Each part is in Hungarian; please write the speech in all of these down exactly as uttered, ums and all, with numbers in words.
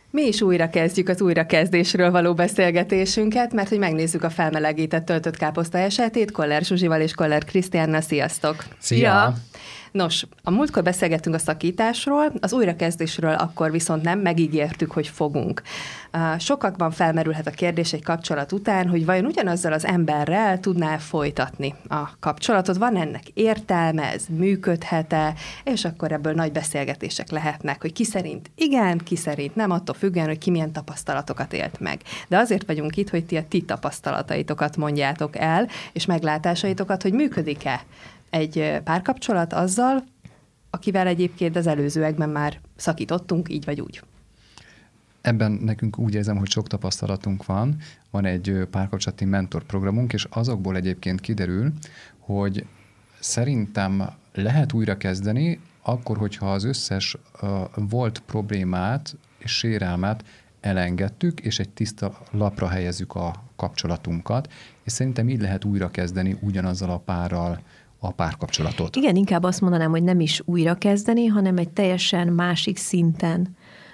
Mi is újra kezdjük az újrakezdésről való beszélgetésünket, mert hogy megnézzük a felmelegített töltött káposzta esetét Koller Zsuzsival és Koller Krisztiánnal. Sziasztok! Szia! Nos, a múltkor beszélgettünk a szakításról, az újrakezdésről akkor viszont nem, megígértük, hogy fogunk. Sokakban felmerülhet a kérdés egy kapcsolat után, hogy vajon ugyanazzal az emberrel tudná folytatni a kapcsolatot, van ennek értelme, ez működhet-e, és akkor ebből nagy beszélgetések lehetnek, hogy ki szerint igen, ki szerint nem, attól függően, hogy ki milyen tapasztalatokat élt meg. De azért vagyunk itt, hogy ti a ti tapasztalataitokat mondjátok el, és meglátásaitokat, hogy működik-e egy párkapcsolat azzal, akivel egyébként az előzőekben már szakítottunk, így vagy úgy. Ebben nekünk úgy érzem, hogy sok tapasztalatunk van, van egy párkapcsolati mentorprogramunk, és azokból egyébként kiderül, hogy szerintem lehet újra kezdeni, akkor, hogyha az összes uh, volt problémát és sérelmet elengedtük, és egy tiszta lapra helyezzük a kapcsolatunkat, és szerintem így lehet újra kezdeni ugyanazzal a párral a párkapcsolatot. Igen, inkább azt mondanám, hogy nem is újra kezdeni, hanem egy teljesen másik szinten,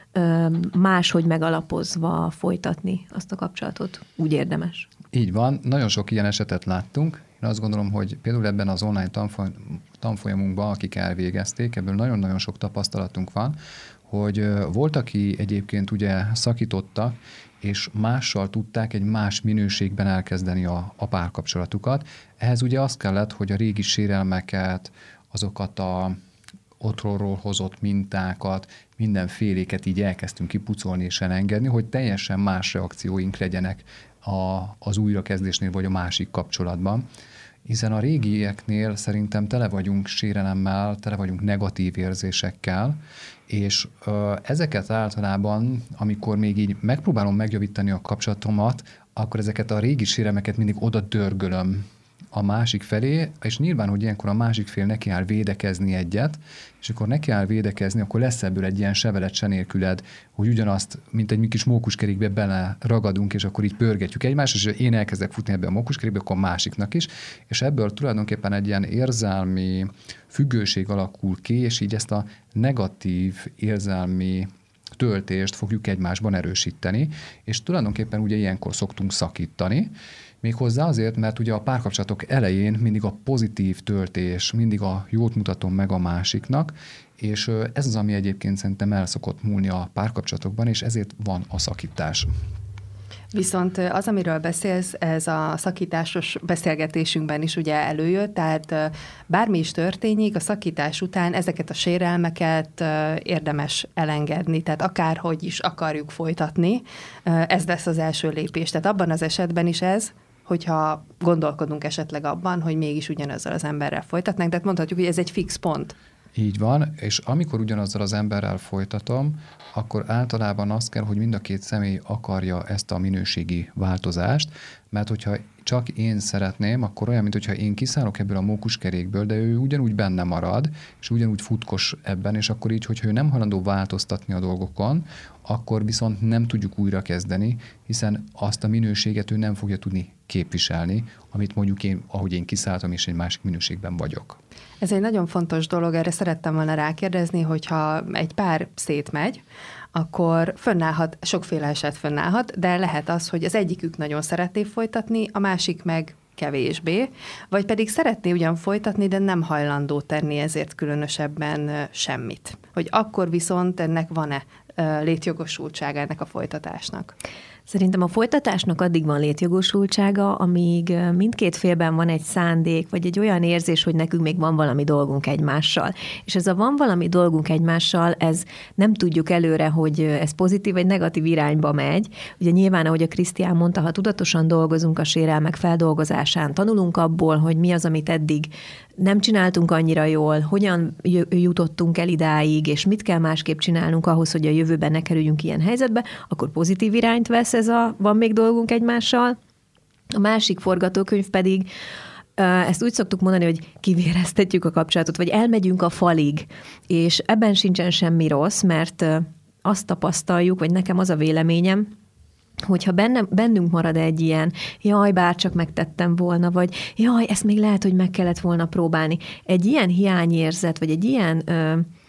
máshogy megalapozva folytatni azt a kapcsolatot. Úgy érdemes. Így van. Nagyon sok ilyen esetet láttunk. Én azt gondolom, hogy például ebben az online tanfolyamunkban, akik elvégezték, ebből nagyon-nagyon sok tapasztalatunk van, hogy volt, aki egyébként ugye szakította, és mással tudták egy más minőségben elkezdeni a, a párkapcsolatukat. Ehhez ugye az kellett, hogy a régi sérelmeket, azokat a otthonról hozott mintákat, mindenféléket így elkezdtünk kipucolni és elengedni, hogy teljesen más reakcióink legyenek a, az újrakezdésnél vagy a másik kapcsolatban. Hiszen a régieknél szerintem tele vagyunk sérelemmel, tele vagyunk negatív érzésekkel, és ö, ezeket általában, amikor még így megpróbálom megjavítani a kapcsolatomat, akkor ezeket a régi sérelmeket mindig oda dörgölöm a másik felé, és nyilván, hogy ilyenkor a másik fél neki áll védekezni egyet, és akkor neki áll védekezni, akkor lesz ebből egy ilyen sevelet se nélküled, hogy ugyanazt, mint egy mi kis mókuskerékbe bele ragadunk, és akkor így pörgetjük egymást, és én elkezdek futni ebbe a mókuskerékbe, akkor a másiknak is, és ebből tulajdonképpen egy ilyen érzelmi függőség alakul ki, és így ezt a negatív érzelmi töltést fogjuk egymásban erősíteni, és tulajdonképpen ugye ilyenkor szoktunk szakítani, méghozzá azért, mert ugye a párkapcsolatok elején mindig a pozitív töltés, mindig a jót mutatom meg a másiknak, és ez az, ami egyébként szerintem el szokott múlni a párkapcsolatokban, és ezért van a szakítás. Viszont az, amiről beszélsz, ez a szakításos beszélgetésünkben is ugye előjött, tehát bármi is történik, a szakítás után ezeket a sérelmeket érdemes elengedni, tehát akárhogy is akarjuk folytatni, ez lesz az első lépés. Tehát abban az esetben is ez, hogyha gondolkodunk esetleg abban, hogy mégis ugyanazzal az emberrel folytatnánk, tehát mondhatjuk, hogy ez egy fix pont. Így van, és amikor ugyanazzal az emberrel folytatom, akkor általában az kell, hogy mind a két személy akarja ezt a minőségi változást, mert hogyha csak én szeretném, akkor olyan, mintha én kiszállok ebből a mókuskerékből, de ő ugyanúgy benne marad, és ugyanúgy futkos ebben, és akkor így, hogyha ő nem hajlandó változtatni a dolgokon, akkor viszont nem tudjuk újra kezdeni, hiszen azt a minőséget ő nem fogja tudni képviselni, amit mondjuk én, ahogy én kiszálltam, és egy másik minőségben vagyok. Ez egy nagyon fontos dolog, erre szerettem volna rákérdezni, hogyha egy pár szétmegy, akkor fönnállhat, sokféle eset fönnállhat, de lehet az, hogy az egyikük nagyon szeretné folytatni, a másik meg kevésbé, vagy pedig szeretné ugyan folytatni, de nem hajlandó tenni ezért különösebben semmit. Hogy akkor viszont ennek van-e létjogosultsága ennek a folytatásnak? Szerintem a folytatásnak addig van létjogosultsága, amíg mindkét félben van egy szándék, vagy egy olyan érzés, hogy nekünk még van valami dolgunk egymással. És ez a van valami dolgunk egymással, ez nem tudjuk előre, hogy ez pozitív vagy negatív irányba megy. Ugye nyilván, ahogy a Krisztián mondta, ha tudatosan dolgozunk a sérelmek feldolgozásán, tanulunk abból, hogy mi az, amit eddig nem csináltunk annyira jól, hogyan jutottunk el idáig, és mit kell másképp csinálnunk ahhoz, hogy a jövőben ne kerüljünk ilyen helyzetbe, akkor pozitív irányt vesz ez a van még dolgunk egymással. A másik forgatókönyv pedig, ezt úgy szoktuk mondani, hogy kivéreztetjük a kapcsolatot, vagy elmegyünk a falig, és ebben sincsen semmi rossz, mert azt tapasztaljuk, vagy nekem az a véleményem, hogyha bennem, bennünk marad egy ilyen, jaj, bárcsak megtettem volna, vagy jaj, ezt még lehet, hogy meg kellett volna próbálni. Egy ilyen hiányérzet, vagy egy ilyen ö,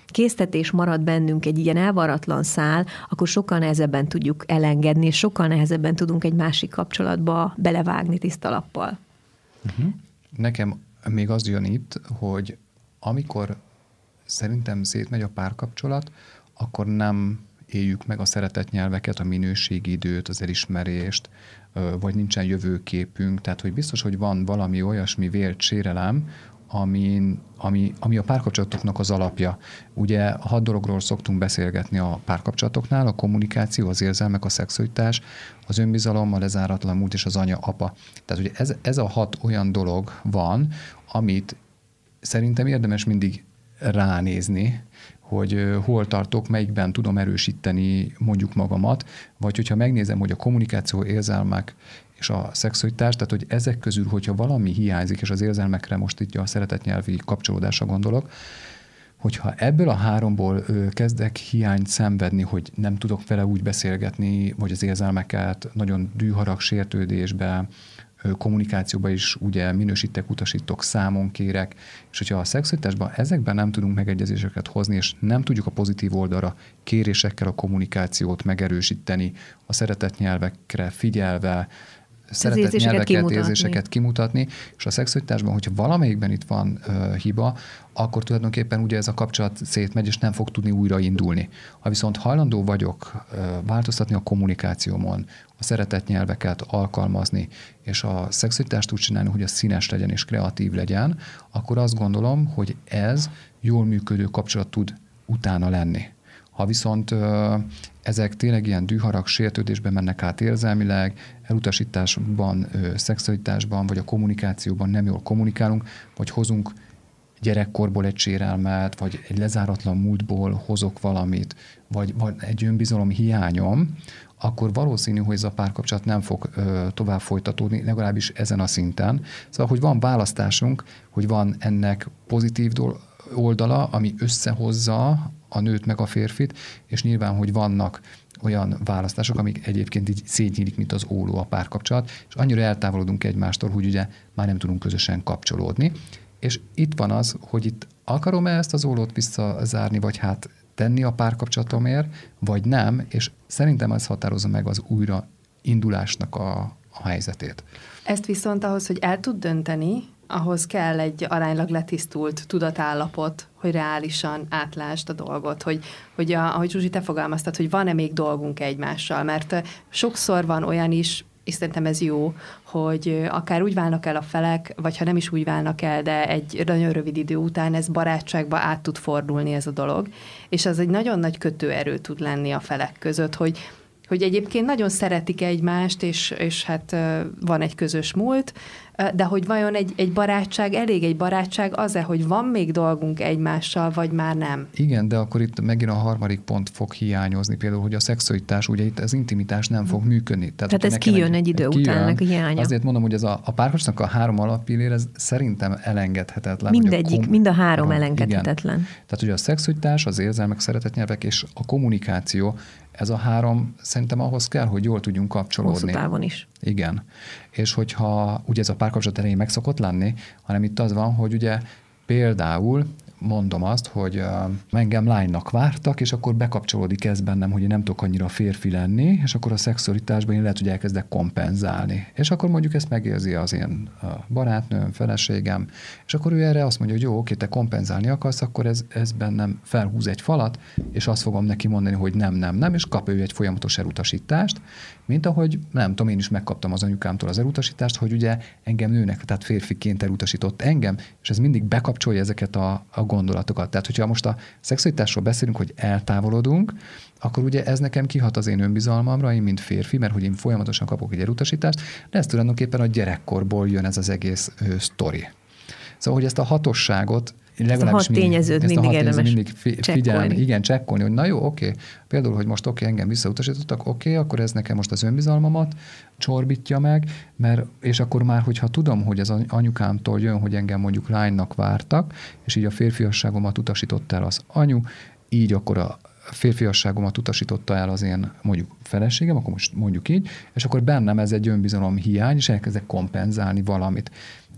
késztetés marad bennünk, egy ilyen elvaratlan szál, akkor sokkal nehezebben tudjuk elengedni, és sokkal nehezebben tudunk egy másik kapcsolatba belevágni tiszta lappal. Uh-huh. Nekem még az jön itt, hogy amikor szerintem szétmegy a párkapcsolat, akkor nem éljük meg a szeretett nyelveket, a minőségi időt, az elismerést, vagy nincsen jövőképünk. Tehát, hogy biztos, hogy van valami olyasmi vélt sérelem, ami, ami, ami a párkapcsolatoknak az alapja. Ugye hat dologról szoktunk beszélgetni a párkapcsolatoknál, a kommunikáció, az érzelmek, a szexualitás, az önbizalom, a lezáratlan múlt és az anya-apa. Tehát ugye ez, ez a hat olyan dolog van, amit szerintem érdemes mindig ránézni, hogy hol tartok, melyikben tudom erősíteni mondjuk magamat, vagy hogyha megnézem, hogy a kommunikáció, érzelmek és a szexualitás, tehát hogy ezek közül, hogyha valami hiányzik, és az érzelmekre most itt a szeretetnyelvi kapcsolódásra gondolok, hogyha ebből a háromból kezdek hiányt szenvedni, hogy nem tudok vele úgy beszélgetni, vagy az érzelmeket nagyon dűharag, sértődésbe, kommunikációban is ugye minősítek, utasítok, számon kérek, és hogyha a szexualitásban ezekben nem tudunk megegyezéseket hozni, és nem tudjuk a pozitív oldalra kérésekkel a kommunikációt megerősíteni, a szeretett nyelvekre figyelve, szeretett érzéseket nyelveket, kimutatni. érzéseket kimutatni, és a szexualitásban, hogyha valamelyikben itt van uh, hiba, akkor tulajdonképpen ugye ez a kapcsolat szétmegy, és nem fog tudni újraindulni. Ha viszont hajlandó vagyok uh, változtatni a kommunikációmon, a szeretett nyelveket alkalmazni, és a szexualitást úgy csinálni, hogy a színes legyen és kreatív legyen, akkor azt gondolom, hogy ez jól működő kapcsolat tud utána lenni. Ha viszont uh, ezek tényleg ilyen dűharag, sértődésben mennek át érzelmileg, elutasításban, uh, szexualitásban, vagy a kommunikációban nem jól kommunikálunk, vagy hozunk gyerekkorból egy sérelmet, vagy egy lezáratlan múltból hozok valamit, vagy, vagy egy önbizalom hiányom, akkor valószínű, hogy ez a párkapcsolat nem fog ö, tovább folytatódni, legalábbis ezen a szinten. Szóval, hogy van választásunk, hogy van ennek pozitív oldala, ami összehozza a nőt meg a férfit, és nyilván, hogy vannak olyan választások, amik egyébként így szétnyílik, mint az óló a párkapcsolat, és annyira eltávolodunk egymástól, hogy ugye már nem tudunk közösen kapcsolódni. És itt van az, hogy itt akarom-e ezt az ólót visszazárni, vagy hát tenni a párkapcsolatomért, vagy nem, és szerintem ez határozza meg az újraindulásnak a, a helyzetét. Ezt viszont ahhoz, hogy el tud dönteni, ahhoz kell egy aránylag letisztult tudatállapot, hogy reálisan átlásd a dolgot, hogy, hogy a, ahogy Zsuzsi, te fogalmaztad, hogy van-e még dolgunk egymással, mert sokszor van olyan is, és szerintem ez jó, hogy akár úgy válnak el a felek, vagy ha nem is úgy válnak el, de egy nagyon rövid idő után ez barátságba át tud fordulni ez a dolog, és az egy nagyon nagy kötőerő tud lenni a felek között, hogy, hogy egyébként nagyon szeretik egymást, és, és hát van egy közös múlt, de hogy vajon egy, egy barátság, elég egy barátság az-e, hogy van még dolgunk egymással, vagy már nem? Igen, de akkor itt megint a harmadik pont fog hiányozni, például, hogy a szexualitás, ugye itt az intimitás nem fog működni. Tehát, Tehát ez kijön egy, egy idő kijön, után, ennek a hiánya. Azért mondom, hogy ez a, a párkapcsolatnak a három alapillér, ez szerintem elengedhetetlen. Mindegyik, kom- mind a három három, elengedhetetlen. Igen. Tehát ugye a szexualitás, az érzelmek, szeretetnyelvek és a kommunikáció, ez a három szerintem ahhoz kell, hogy jól tudjunk kapcsolódni. Hosszú távon is. Igen. És hogyha ugye ez a párkapcsolat elején meg szokott lenni, hanem itt az van, hogy ugye például mondom azt, hogy uh, engem lánynak vártak, és akkor bekapcsolódik ez bennem, hogy én nem tudok annyira férfi lenni, és akkor a szexualitásban én lehet, hogy elkezdek kompenzálni. És akkor mondjuk ezt megérzi az én uh, barátnőm, feleségem, és akkor ő erre azt mondja, hogy jó, oké, te kompenzálni akarsz, akkor ez, ez bennem felhúz egy falat, és azt fogom neki mondani, hogy nem, nem, nem, és kap ő egy folyamatos elutasítást, mint ahogy, nem tudom, én is megkaptam az anyukámtól az elutasítást, hogy ugye engem nőnek, tehát férfiként elutasított engem, és ez mindig bekapcsolja ezeket a, a gondolatokat. Tehát, hogyha most a szexualitásról beszélünk, hogy eltávolodunk, akkor ugye ez nekem kihat az én önbizalmamra, én mint férfi, mert hogy én folyamatosan kapok egy elutasítást, de ez tulajdonképpen a gyerekkorból jön ez az egész ö, sztori. Szóval, hogy ezt a hatosságot ezt a hat tényezőt mindig, mindig érdemes mindig fi, figyelni, igen, csekkolni, hogy na jó, oké, például, hogy most oké, engem visszautasítottak, oké, akkor ez nekem most az önbizalmamat csorbítja meg, mert, és akkor már, hogyha tudom, hogy az anyukámtól jön, hogy engem mondjuk lánynak vártak, és így a férfiasságomat utasította el az anyu, így akkor a férfiasságomat utasította el az én mondjuk feleségem, akkor most mondjuk így, és akkor bennem ez egy önbizalom hiány, és elkezdek kompenzálni valamit.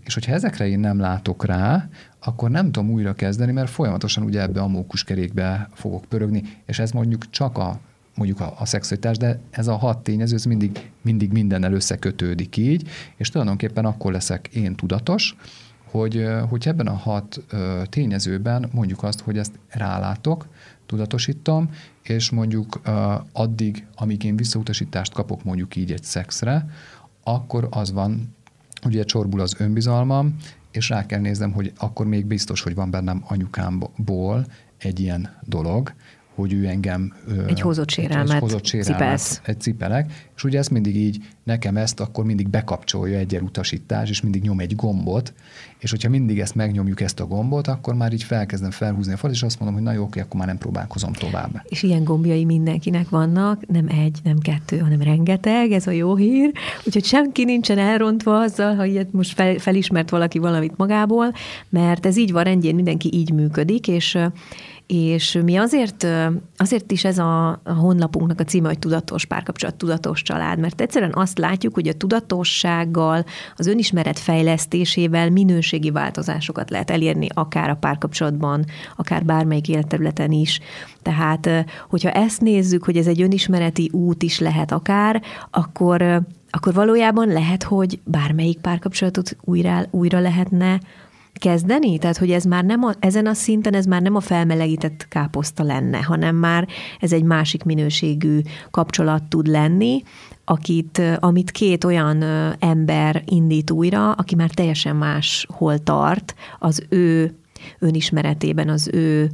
És hogyha ezekre én nem látok rá, akkor nem tudom újra kezdeni, mert folyamatosan ugye ebbe a mókuskerékbe fogok pörögni, és ez mondjuk csak a mondjuk a, a szexualitás, de ez a hat tényező, ez mindig, mindig mindennel összekötődik így, és tulajdonképpen akkor leszek én tudatos, hogy, hogy ebben a hat tényezőben mondjuk azt, hogy ezt rálátok, tudatosítom, és mondjuk addig, amíg én visszautasítást kapok mondjuk így egy szexre, akkor az van, ugye csorbul az önbizalmam, és rá kell néznem, hogy akkor még biztos, hogy van bennem anyukámból egy ilyen dolog, hogy ő engem... Egy hozott sérelmet, egy hozott sérelmet cipelsz. Egy cipelek, és ugye ezt mindig így, nekem ezt akkor mindig bekapcsolja egy elutasítás, és mindig nyom egy gombot, és hogyha mindig ezt megnyomjuk, ezt a gombot, akkor már így felkezdem felhúzni a falat, és azt mondom, hogy na jó, oké, akkor már nem próbálkozom tovább. És ilyen gombjai mindenkinek vannak, nem egy, nem kettő, hanem rengeteg, ez a jó hír, úgyhogy senki nincsen elrontva azzal, ha ilyet most fel, felismert valaki valamit magából, mert ez így van rendjén, mindenki így működik, és És mi azért, azért is ez a, a honlapunknak a címe, hogy tudatos párkapcsolat, tudatos család, mert egyszerűen azt látjuk, hogy a tudatossággal, az önismeret fejlesztésével minőségi változásokat lehet elérni, akár a párkapcsolatban, akár bármelyik életterületen is. Tehát, hogyha ezt nézzük, hogy ez egy önismereti út is lehet akár, akkor, akkor valójában lehet, hogy bármelyik párkapcsolatot újra, újra lehetne kezdeni? Tehát, hogy ez már nem a, ezen a szinten ez már nem a felmelegített káposzta lenne, hanem már ez egy másik minőségű kapcsolat tud lenni, akit, amit két olyan ember indít újra, aki már teljesen máshol tart az ő önismeretében, az ő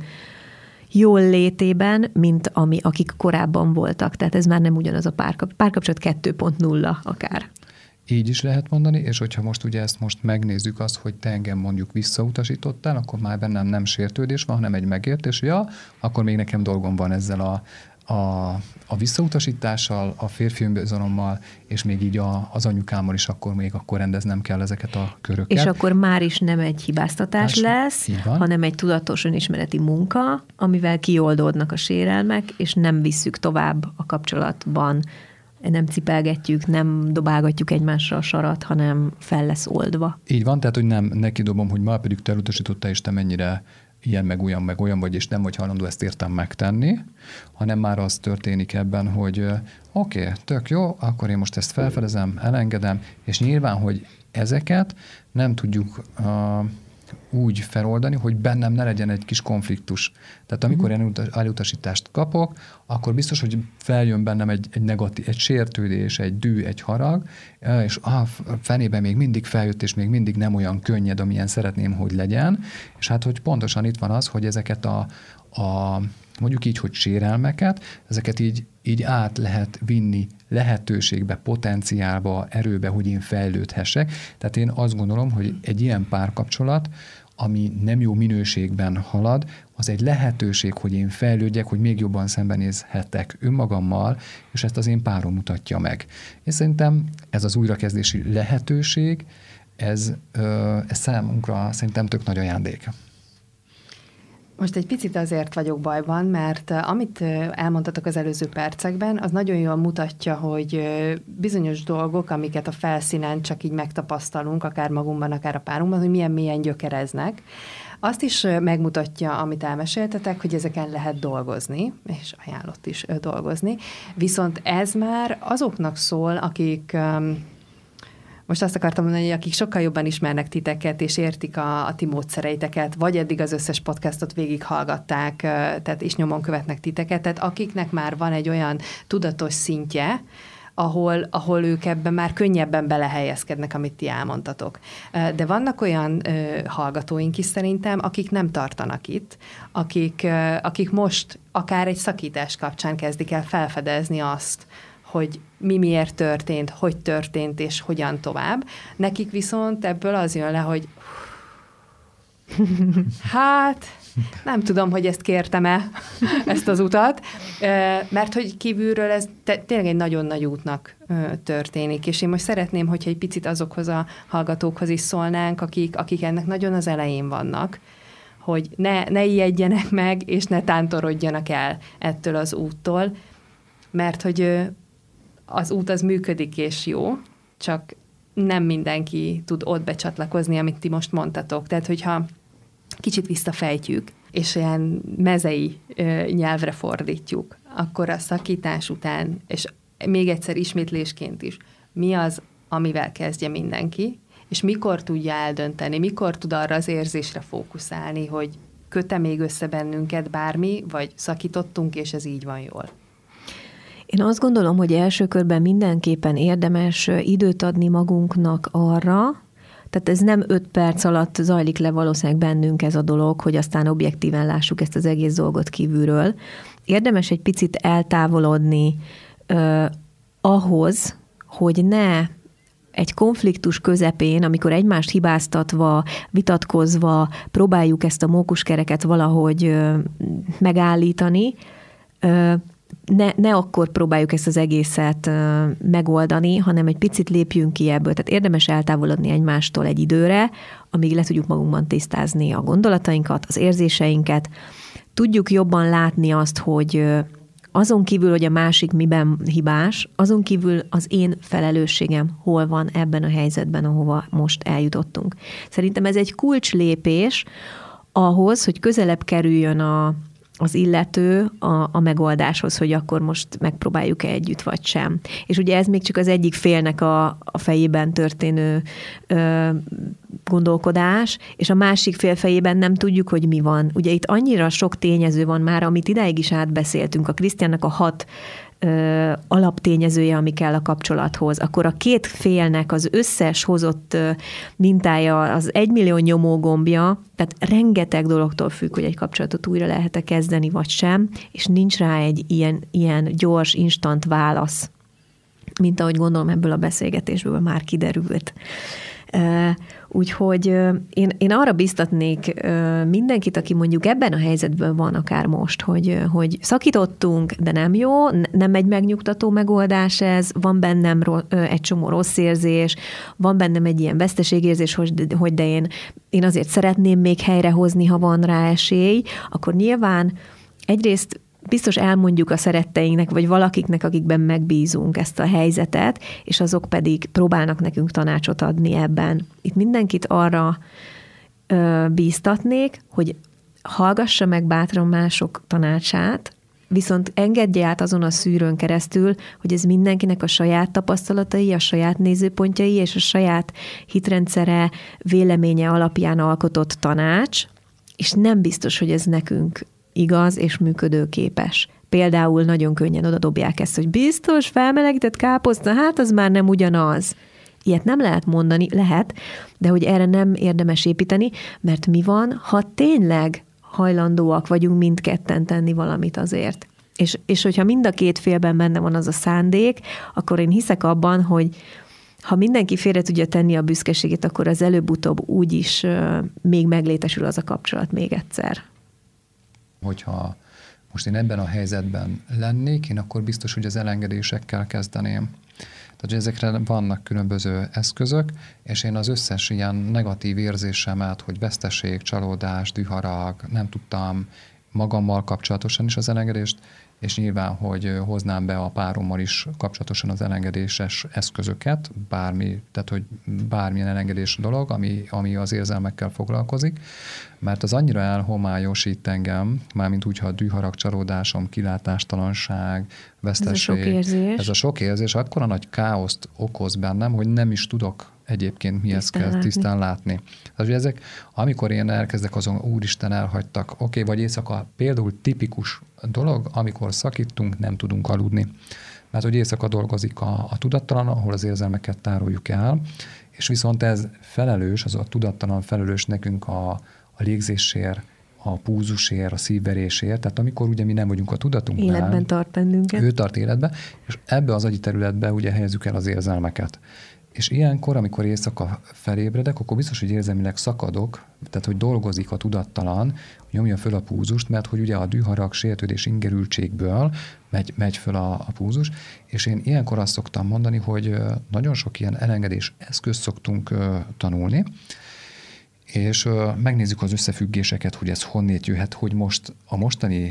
jól létében, mint ami, akik korábban voltak. Tehát ez már nem ugyanaz a párkap, párkapcsolat kettő pont nulla akár. Így is lehet mondani, és hogyha most ugye ezt most megnézzük azt, hogy te engem mondjuk visszautasítottál, akkor már bennem nem sértődés van, hanem egy megértés, ja, akkor még nekem dolgom van ezzel a, a, a visszautasítással, a férfi önbizalommal, és még így a, az anyukámmal is akkor még akkor rendeznem kell ezeket a köröket. És akkor már is nem egy hibáztatás lesz, hanem egy tudatos önismereti munka, amivel kioldódnak a sérelmek, és nem visszük tovább a kapcsolatban, nem cipelgetjük, nem dobálgatjuk egymásra a sarat, hanem fel lesz oldva. Így van, tehát hogy nem neki dobom, hogy már pedig te elutasítottál, és te mennyire ilyen, meg olyan, meg olyan vagy, és nem vagy hajlandó ezt értem megtenni, hanem már az történik ebben, hogy oké, okay, tök jó, akkor én most ezt felfedezem, elengedem, és nyilván, hogy ezeket nem tudjuk uh, úgy feloldani, hogy bennem ne legyen egy kis konfliktus. Tehát amikor én elutasítást kapok, akkor biztos, hogy feljön bennem egy, egy negatív, egy sértődés, egy dű, egy harag, és ah, fenében még mindig feljött, és még mindig nem olyan könnyed, amilyen szeretném, hogy legyen. És hát, hogy pontosan itt van az, hogy ezeket a, a mondjuk így, hogy sérelmeket, ezeket így, így át lehet vinni lehetőségbe, potenciálba, erőbe, hogy én fejlődhessek. Tehát én azt gondolom, hogy egy ilyen párkapcsolat, ami nem jó minőségben halad, az egy lehetőség, hogy én fejlődjek, hogy még jobban szembenézhetek önmagammal, és ezt az én párom mutatja meg. És szerintem ez az újrakezdési lehetőség, ez, ez számunkra szerintem tök nagy ajándék. Most egy picit azért vagyok bajban, mert amit elmondtatok az előző percekben, az nagyon jól mutatja, hogy bizonyos dolgok, amiket a felszínen csak így megtapasztalunk, akár magunkban, akár a párunkban, hogy milyen mélyen gyökereznek. Azt is megmutatja, amit elmeséltetek, hogy ezeken lehet dolgozni, és ajánlott is dolgozni. Viszont ez már azoknak szól, akik... Most azt akartam mondani, hogy akik sokkal jobban ismernek titeket, és értik a, a ti módszereiteket, vagy eddig az összes podcastot végighallgatták, tehát és nyomon követnek titeket, tehát akiknek már van egy olyan tudatos szintje, ahol, ahol ők ebben már könnyebben belehelyezkednek, amit ti elmondtatok. De vannak olyan hallgatóink is szerintem, akik nem tartanak itt, akik, akik most akár egy szakítás kapcsán kezdik el felfedezni azt, hogy mi miért történt, hogy történt, és hogyan tovább. Nekik viszont ebből az jön le, hogy hát nem tudom, hogy ezt kértem-e, ezt az utat, mert hogy kívülről ez tényleg egy nagyon nagy útnak történik, és én most szeretném, hogyha egy picit azokhoz a hallgatókhoz is szólnánk, akik, akik ennek nagyon az elején vannak, hogy ne, ne ijedjenek meg, és ne tántorodjanak el ettől az úttól, mert hogy az út az működik és jó, csak nem mindenki tud ott becsatlakozni, amit ti most mondtatok. Tehát, hogyha kicsit visszafejtjük, és ilyen mezei ö, nyelvre fordítjuk, akkor a szakítás után, és még egyszer ismétlésként is, mi az, amivel kezdje mindenki, és mikor tudja eldönteni, mikor tud arra az érzésre fókuszálni, hogy köt-e még össze bennünket bármi, vagy szakítottunk, és ez így van jól. Én azt gondolom, hogy első körben mindenképpen érdemes időt adni magunknak arra, tehát ez nem öt perc alatt zajlik le valószínűleg bennünk ez a dolog, hogy aztán objektíven lássuk ezt az egész dolgot kívülről. Érdemes egy picit eltávolodni eh, ahhoz, hogy ne egy konfliktus közepén, amikor egymást hibáztatva, vitatkozva próbáljuk ezt a mókuskereket valahogy eh, megállítani, eh, Ne, ne akkor próbáljuk ezt az egészet uh, megoldani, hanem egy picit lépjünk ki ebből. Tehát érdemes eltávolodni egymástól egy időre, amíg le tudjuk magunkban tisztázni a gondolatainkat, az érzéseinket. Tudjuk jobban látni azt, hogy uh, azon kívül, hogy a másik miben hibás, azon kívül az én felelősségem hol van ebben a helyzetben, ahova most eljutottunk. Szerintem ez egy kulcslépés ahhoz, hogy közelebb kerüljön a az illető a, a megoldáshoz, hogy akkor most megpróbáljuk-e együtt, vagy sem. És ugye ez még csak az egyik félnek a, a fejében történő ö, gondolkodás, és a másik fél fejében nem tudjuk, hogy mi van. Ugye itt annyira sok tényező van már, amit idáig is átbeszéltünk, a Krisztiánnak a hat ö, alaptényezője, ami kell a kapcsolathoz. Akkor a két félnek az összes hozott ö, mintája, az egymillió nyomógombja, tehát rengeteg dologtól függ, hogy egy kapcsolatot újra lehet-e kezdeni, vagy sem, és nincs rá egy ilyen, ilyen gyors, instant válasz, mint ahogy gondolom ebből a beszélgetésből már kiderült. Úgyhogy én, én arra biztatnék mindenkit, aki mondjuk ebben a helyzetben van akár most, hogy, hogy szakítottunk, de nem jó, nem egy megnyugtató megoldás ez, van bennem egy csomó rossz érzés, van bennem egy ilyen veszteségérzés, hogy, hogy de én, én azért szeretném még helyrehozni, ha van rá esély, akkor nyilván egyrészt biztos elmondjuk a szeretteinknek, vagy valakiknek, akikben megbízunk ezt a helyzetet, és azok pedig próbálnak nekünk tanácsot adni ebben. Itt mindenkit arra ö, bíztatnék, hogy hallgassa meg bátran mások tanácsát, viszont engedje át azon a szűrőn keresztül, hogy ez mindenkinek a saját tapasztalatai, a saját nézőpontjai és a saját hitrendszere, véleménye alapján alkotott tanács, és nem biztos, hogy ez nekünk igaz és működőképes. Például nagyon könnyen odadobják ezt, hogy biztos felmelegített káposzta, hát az már nem ugyanaz. Ilyet nem lehet mondani, lehet, de hogy erre nem érdemes építeni, mert mi van, ha tényleg hajlandóak vagyunk mindketten tenni valamit azért. És, és hogyha mind a két félben benne van az a szándék, akkor én hiszek abban, hogy ha mindenki félre tudja tenni a büszkeségét, akkor az előbb-utóbb úgyis uh, még meglétesül az a kapcsolat még egyszer. Hogyha most én ebben a helyzetben lennék, én akkor biztos, hogy az elengedésekkel kezdeném. Tehát ezekre vannak különböző eszközök, és én az összes ilyen negatív érzésemet, hogy veszteség, csalódás, düharag, nem tudtam magammal kapcsolatosan is az elengedést, és nyilván, hogy hoznám be a párommal is kapcsolatosan az elengedéses eszközöket, bármi, tehát hogy bármilyen elengedés dolog, ami, ami az érzelmekkel foglalkozik, mert az annyira elhomályosít engem, mármint úgy, ha a düharag, csalódásom, kilátástalanság, veszteség. Ez a sok érzés. Ez a sok érzés akkora nagy káoszt okoz bennem, hogy nem is tudok egyébként mihez kell látni. tisztán látni. Tehát, hogy ezek, amikor én elkezdek azon, úristen, elhagytak, oké, okay, vagy éjszaka például tipikus dolog, amikor szakítunk, nem tudunk aludni. Mert hogy éjszaka dolgozik a, a tudattalan, ahol az érzelmeket tároljuk el, és viszont ez felelős, az a tudattalan felelős nekünk a, a légzésért, a púzusért, a szívverésért, tehát amikor ugye mi nem vagyunk a tudatunknál. Életben tart bennünket. Ő tart életben, és ebbe az agyi területbe ugye helyezzük el az érzelmeket. És ilyenkor, amikor éjszaka felébredek, akkor biztos, hogy érzelmileg szakadok, tehát hogy dolgozik a tudattalan, hogy nyomja föl a púzust, mert hogy ugye a düharag, sértődés, ingerültségből megy, megy föl a, a púzus, és én ilyenkor azt szoktam mondani, hogy nagyon sok ilyen elengedés eszközt szoktunk uh, tanulni, és uh, megnézzük az összefüggéseket, hogy ez honnét jöhet, hogy most a mostani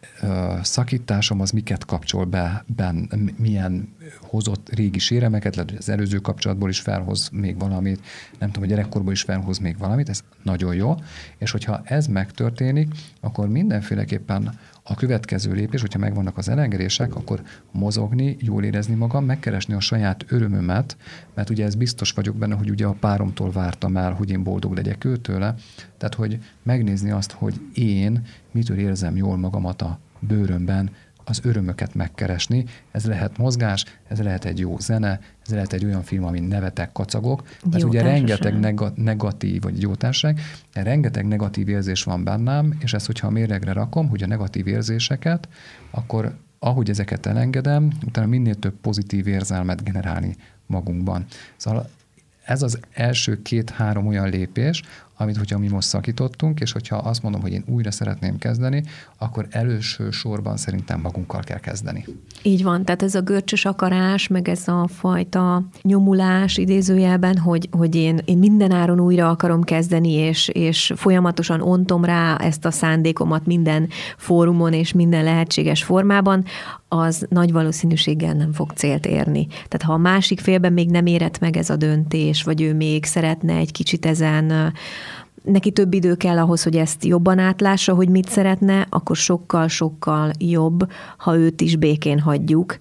szakításom az miket kapcsol be, ben, milyen hozott régi sérelmeket, lehet, hogy az előző kapcsolatból is felhoz még valamit, nem tudom, a gyerekkorból is felhoz még valamit, ez nagyon jó, és hogyha ez megtörténik, akkor mindenféleképpen a következő lépés, hogyha megvannak az elengedések, akkor mozogni, jól érezni magam, megkeresni a saját örömömet, mert ugye ez biztos vagyok benne, hogy ugye a páromtól vártam el, hogy én boldog legyek őtőle, tehát hogy megnézni azt, hogy én mitől érzem jól magamat a bőrömben, az örömöket megkeresni. Ez lehet mozgás, ez lehet egy jó zene, ez lehet egy olyan film, amin nevetek, kacagok. Ez ugye rengeteg neg- negatív, vagy jó társaság, rengeteg negatív érzés van bennem, és ezt, hogyha a mérlegre rakom, hogy a negatív érzéseket, akkor ahogy ezeket elengedem, utána minél több pozitív érzelmet generálni magunkban. Szóval ez az első két-három olyan lépés, amit, hogyha mi most szakítottunk, és hogyha azt mondom, hogy én újra szeretném kezdeni, akkor előső sorban szerintem magunkkal kell kezdeni. Így van, tehát ez a görcsös akarás, meg ez a fajta nyomulás idézőjelben, hogy, hogy én, én minden áron újra akarom kezdeni, és, és folyamatosan ontom rá ezt a szándékomat minden fórumon és minden lehetséges formában, az nagy valószínűséggel nem fog célt érni. Tehát ha a másik félben még nem érett meg ez a döntés, vagy ő még szeretne egy kicsit ezen, neki több idő kell ahhoz, hogy ezt jobban átlássa, hogy mit szeretne, akkor sokkal-sokkal jobb, ha őt is békén hagyjuk,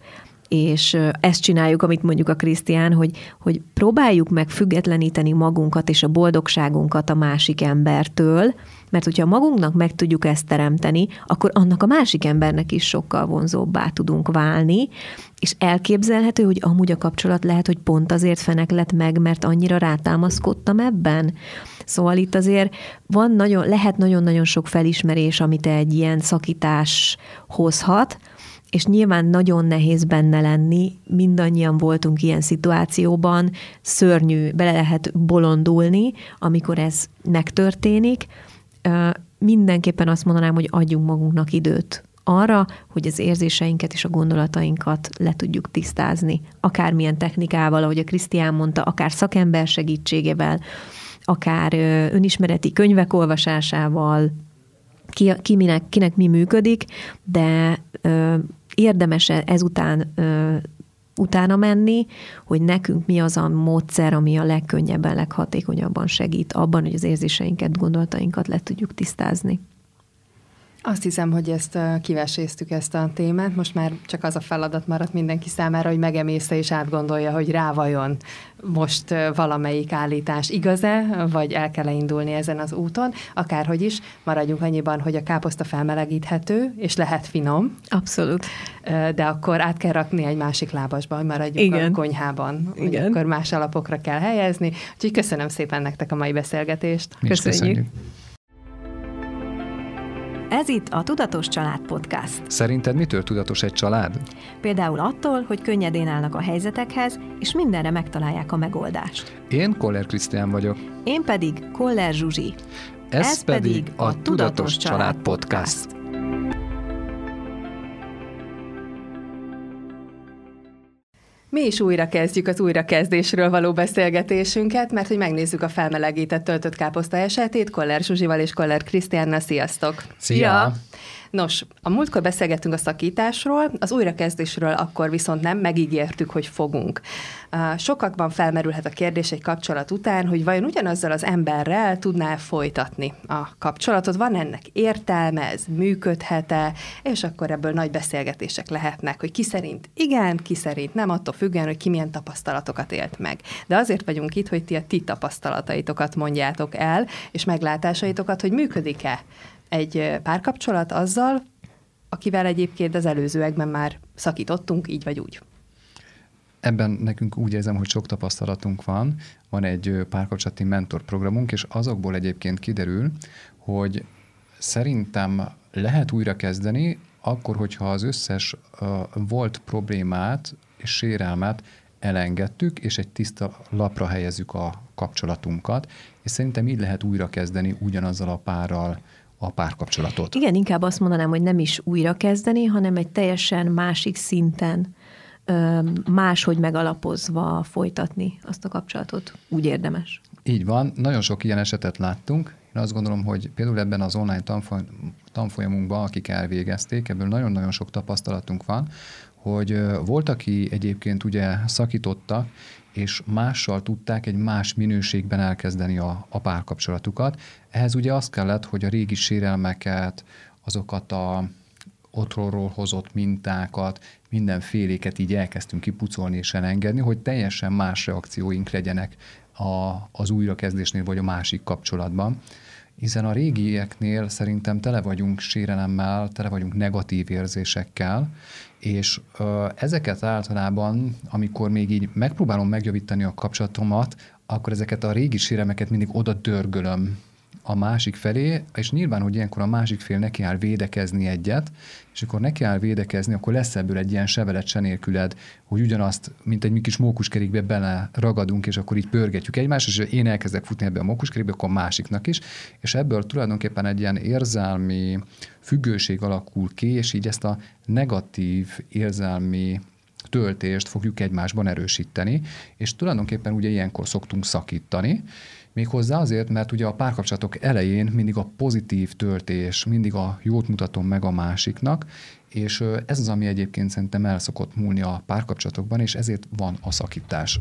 és ezt csináljuk, amit mondjuk a Krisztián, hogy, hogy próbáljuk meg függetleníteni magunkat és a boldogságunkat a másik embertől, mert hogyha magunknak meg tudjuk ezt teremteni, akkor annak a másik embernek is sokkal vonzóbbá tudunk válni, és elképzelhető, hogy amúgy a kapcsolat lehet, hogy pont azért feneklett meg, mert annyira rátámaszkodtam ebben. Szóval itt azért van nagyon, lehet nagyon-nagyon sok felismerés, amit egy ilyen szakítás hozhat, és nyilván nagyon nehéz benne lenni, mindannyian voltunk ilyen szituációban, szörnyű, bele lehet bolondulni, amikor ez megtörténik. Mindenképpen azt mondanám, hogy adjunk magunknak időt arra, hogy az érzéseinket és a gondolatainkat le tudjuk tisztázni. Akármilyen technikával, ahogy a Krisztián mondta, akár szakember segítségével, akár önismereti könyvek olvasásával, ki, ki minek, kinek mi működik, de ö, érdemes ezután ö, utána menni, hogy nekünk mi az a módszer, ami a legkönnyebben, leghatékonyabban segít abban, hogy az érzéseinket, gondolatainkat le tudjuk tisztázni. Azt hiszem, hogy ezt kiveséztük ezt a témát. Most már csak az a feladat maradt mindenki számára, hogy megemészte és átgondolja, hogy rá vajon most valamelyik állítás igaz-e, vagy el kell indulni ezen az úton. Akárhogy is, maradjunk annyiban, hogy a káposzta felmelegíthető, és lehet finom. Abszolút. De akkor át kell rakni egy másik lábasba, hogy maradjunk Igen. a konyhában. Igen. Akkor más alapokra kell helyezni. Úgyhogy köszönöm szépen nektek a mai beszélgetést. Köszönjük. köszönjük. Ez itt a Tudatos Család Podcast. Szerinted mitől tudatos egy család? Például attól, hogy könnyedén állnak a helyzetekhez, és mindenre megtalálják a megoldást. Én Koller Krisztián vagyok. Én pedig Koller Zsuzsi. Ez, Ez pedig a Tudatos, Tudatos Család Podcast. Mi is újra kezdjük az újrakezdésről való beszélgetésünket, mert hogy megnézzük a felmelegített töltött káposzta esetét Koller Zsuzsival és Koller Krisztiánnal. Sziasztok! Szia! Nos, a múltkor beszélgettünk a szakításról, az újrakezdésről akkor viszont nem, megígértük, hogy fogunk. Sokakban felmerülhet a kérdés egy kapcsolat után, hogy vajon ugyanazzal az emberrel tudná folytatni a kapcsolatot, van ennek értelme, ez működhet-e, és akkor ebből nagy beszélgetések lehetnek, hogy ki szerint igen, ki szerint nem, attól függően, hogy ki milyen tapasztalatokat élt meg. De azért vagyunk itt, hogy ti a ti tapasztalataitokat mondjátok el, és meglátásaitokat, hogy működik-e egy párkapcsolat azzal, akivel egyébként az előzőekben már szakítottunk, így vagy úgy. Ebben nekünk úgy érzem, hogy sok tapasztalatunk van, van egy párkapcsolati mentorprogramunk, és azokból egyébként kiderül, hogy szerintem lehet újra kezdeni, akkor, hogyha az összes uh, volt problémát és sérelmet elengedtük, és egy tiszta lapra helyezzük a kapcsolatunkat, és szerintem így lehet újra kezdeni ugyanazzal a párral a párkapcsolatot. Igen, inkább azt mondanám, hogy nem is újra kezdeni, hanem egy teljesen másik szinten, máshogy megalapozva folytatni azt a kapcsolatot. Úgy érdemes. Így van. Nagyon sok ilyen esetet láttunk. Én azt gondolom, hogy például ebben az online tanfolyamunkban, akik elvégezték, ebből nagyon-nagyon sok tapasztalatunk van, hogy volt, aki egyébként ugye szakítottak, és mással tudták egy más minőségben elkezdeni a, a párkapcsolatukat. Ehhez ugye az kellett, hogy a régi sérelmeket, azokat a otthonról hozott mintákat, mindenféléket így elkezdtünk kipucolni és elengedni, hogy teljesen más reakcióink legyenek a, az újrakezdésnél vagy a másik kapcsolatban. Hiszen a régieknél szerintem tele vagyunk sérelemmel, tele vagyunk negatív érzésekkel, és ö, ezeket általában, amikor még így megpróbálom megjavítani a kapcsolatomat, akkor ezeket a régi sérelmeket mindig oda dörgölöm a másik felé, és nyilván, hogy ilyenkor a másik fél neki áll védekezni egyet, és akkor neki áll védekezni, akkor lesz ebből egy ilyen sevelet se nélküled, hogy ugyanazt, mint egy mi kis mókuskerékbe bele ragadunk, és akkor így pörgetjük egymást, és én elkezdek futni ebbe a mókuskerékbe, akkor a másiknak is, és ebből tulajdonképpen egy ilyen érzelmi függőség alakul ki, és így ezt a negatív érzelmi töltést fogjuk egymásban erősíteni, és tulajdonképpen ugye ilyenkor szoktunk szakítani, méghozzá azért, mert ugye a párkapcsolatok elején mindig a pozitív töltés, mindig a jót mutatom meg a másiknak, és ez az, ami egyébként szerintem el szokott múlni a párkapcsolatokban, és ezért van a szakítás.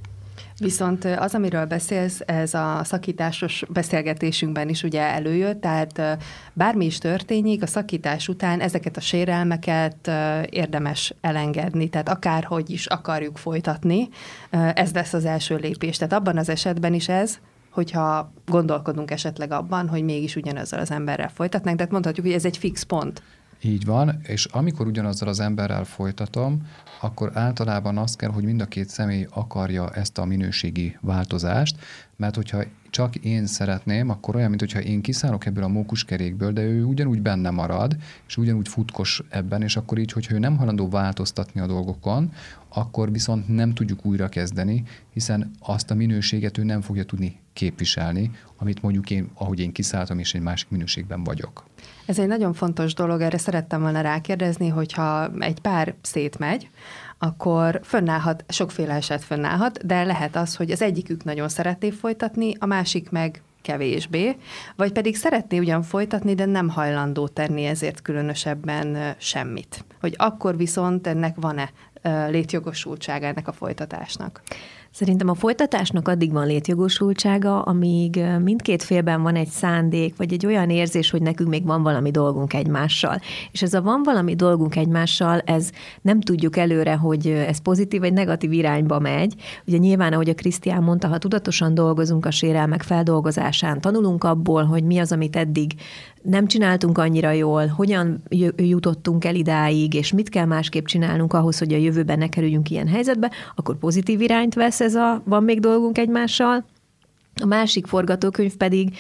Viszont az, amiről beszélsz, ez a szakításos beszélgetésünkben is ugye előjött, tehát bármi is történik, a szakítás után ezeket a sérelmeket érdemes elengedni, tehát akárhogy is akarjuk folytatni, ez lesz az első lépés. Tehát abban az esetben is ez, hogyha gondolkodunk esetleg abban, hogy mégis ugyanazzal az emberrel folytatnánk, tehát mondhatjuk, hogy ez egy fix pont. Így van, és amikor ugyanazzal az emberrel folytatom, akkor általában az kell, hogy mind a két személy akarja ezt a minőségi változást, mert hogyha csak én szeretném, akkor olyan, mintha én kiszállok ebből a mókuskerékből, de ő ugyanúgy benne marad, és ugyanúgy futkos ebben, és akkor így, hogyha ő nem hajlandó változtatni a dolgokon, akkor viszont nem tudjuk újra kezdeni, hiszen azt a minőséget ő nem fogja tudni képviselni, amit mondjuk én, ahogy én kiszálltam, és egy másik minőségben vagyok. Ez egy nagyon fontos dolog, erre szerettem volna rákérdezni, hogyha egy pár szétmegy, akkor fönnállhat, sokféle eset fönnállhat, de lehet az, hogy az egyikük nagyon szeretné folytatni, a másik meg kevésbé, vagy pedig szeretné ugyan folytatni, de nem hajlandó tenni ezért különösebben semmit. Hogy akkor viszont ennek van-e létjogosultsága ennek a folytatásnak? Szerintem a folytatásnak addig van létjogosultsága, amíg mindkét félben van egy szándék, vagy egy olyan érzés, hogy nekünk még van valami dolgunk egymással. És ez a van valami dolgunk egymással, ez nem tudjuk előre, hogy ez pozitív vagy negatív irányba megy. Ugye nyilván, ahogy a Krisztián mondta, ha tudatosan dolgozunk a sérelmek feldolgozásán, tanulunk abból, hogy mi az, amit eddig nem csináltunk annyira jól, hogyan jutottunk el idáig, és mit kell másképp csinálnunk ahhoz, hogy a jövőben ne kerüljünk ilyen helyzetbe, akkor pozitív irányt vesz ez a van még dolgunk egymással. A másik forgatókönyv pedig,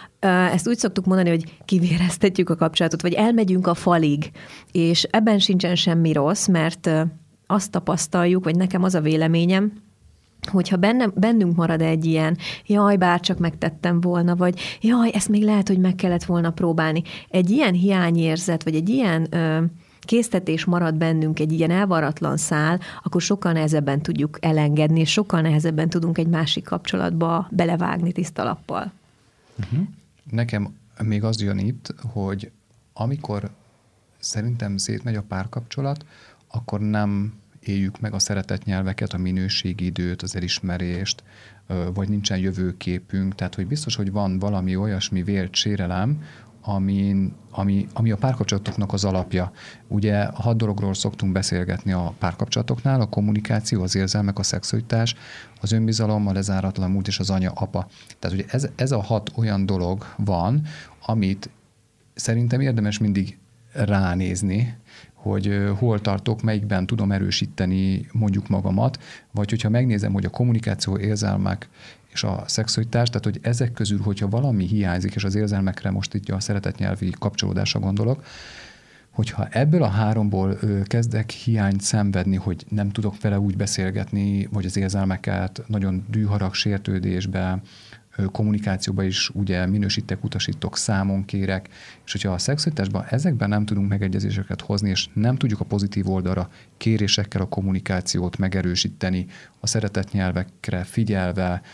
ezt úgy szoktuk mondani, hogy kivéreztetjük a kapcsolatot, vagy elmegyünk a falig, és ebben sincsen semmi rossz, mert azt tapasztaljuk, vagy nekem az a véleményem, hogyha benne, bennünk marad egy ilyen, jaj, bárcsak megtettem volna, vagy jaj, ezt még lehet, hogy meg kellett volna próbálni. Egy ilyen hiányérzet, vagy egy ilyen ö, késztetés marad bennünk, egy ilyen elvaratlan szál, akkor sokkal nehezebben tudjuk elengedni, és sokkal nehezebben tudunk egy másik kapcsolatba belevágni tiszta lappal. Uh-huh. Nekem még az jön itt, hogy amikor szerintem szétmegy a párkapcsolat, akkor nem éljük meg a szeretett nyelveket, a minőségi időt, az elismerést, vagy nincsen jövőképünk. Tehát, hogy biztos, hogy van valami olyasmi vélt sérelem, ami, ami, ami a párkapcsolatoknak az alapja. Ugye hat dologról szoktunk beszélgetni a párkapcsolatoknál, a kommunikáció, az érzelmek, a szexualitás, az önbizalom, a lezáratlan múlt és az anya-apa. Tehát ugye ez, ez a hat olyan dolog van, amit szerintem érdemes mindig ránézni, hogy hol tartok, melyikben tudom erősíteni mondjuk magamat, vagy hogyha megnézem, hogy a kommunikáció, érzelmek és a szexualitás, tehát hogy ezek közül, hogyha valami hiányzik, és az érzelmekre most itt a szeretetnyelvi kapcsolódásra gondolok, hogyha ebből a háromból kezdek hiányt szenvedni, hogy nem tudok vele úgy beszélgetni, vagy az érzelmeket nagyon dűharag sértődésbe, kommunikációban is ugye minősítek, utasítok, számon kérek, és hogyha a szexualitásban ezekben nem tudunk megegyezéseket hozni, és nem tudjuk a pozitív oldalra kérésekkel a kommunikációt megerősíteni, a szeretett nyelvekre figyelve,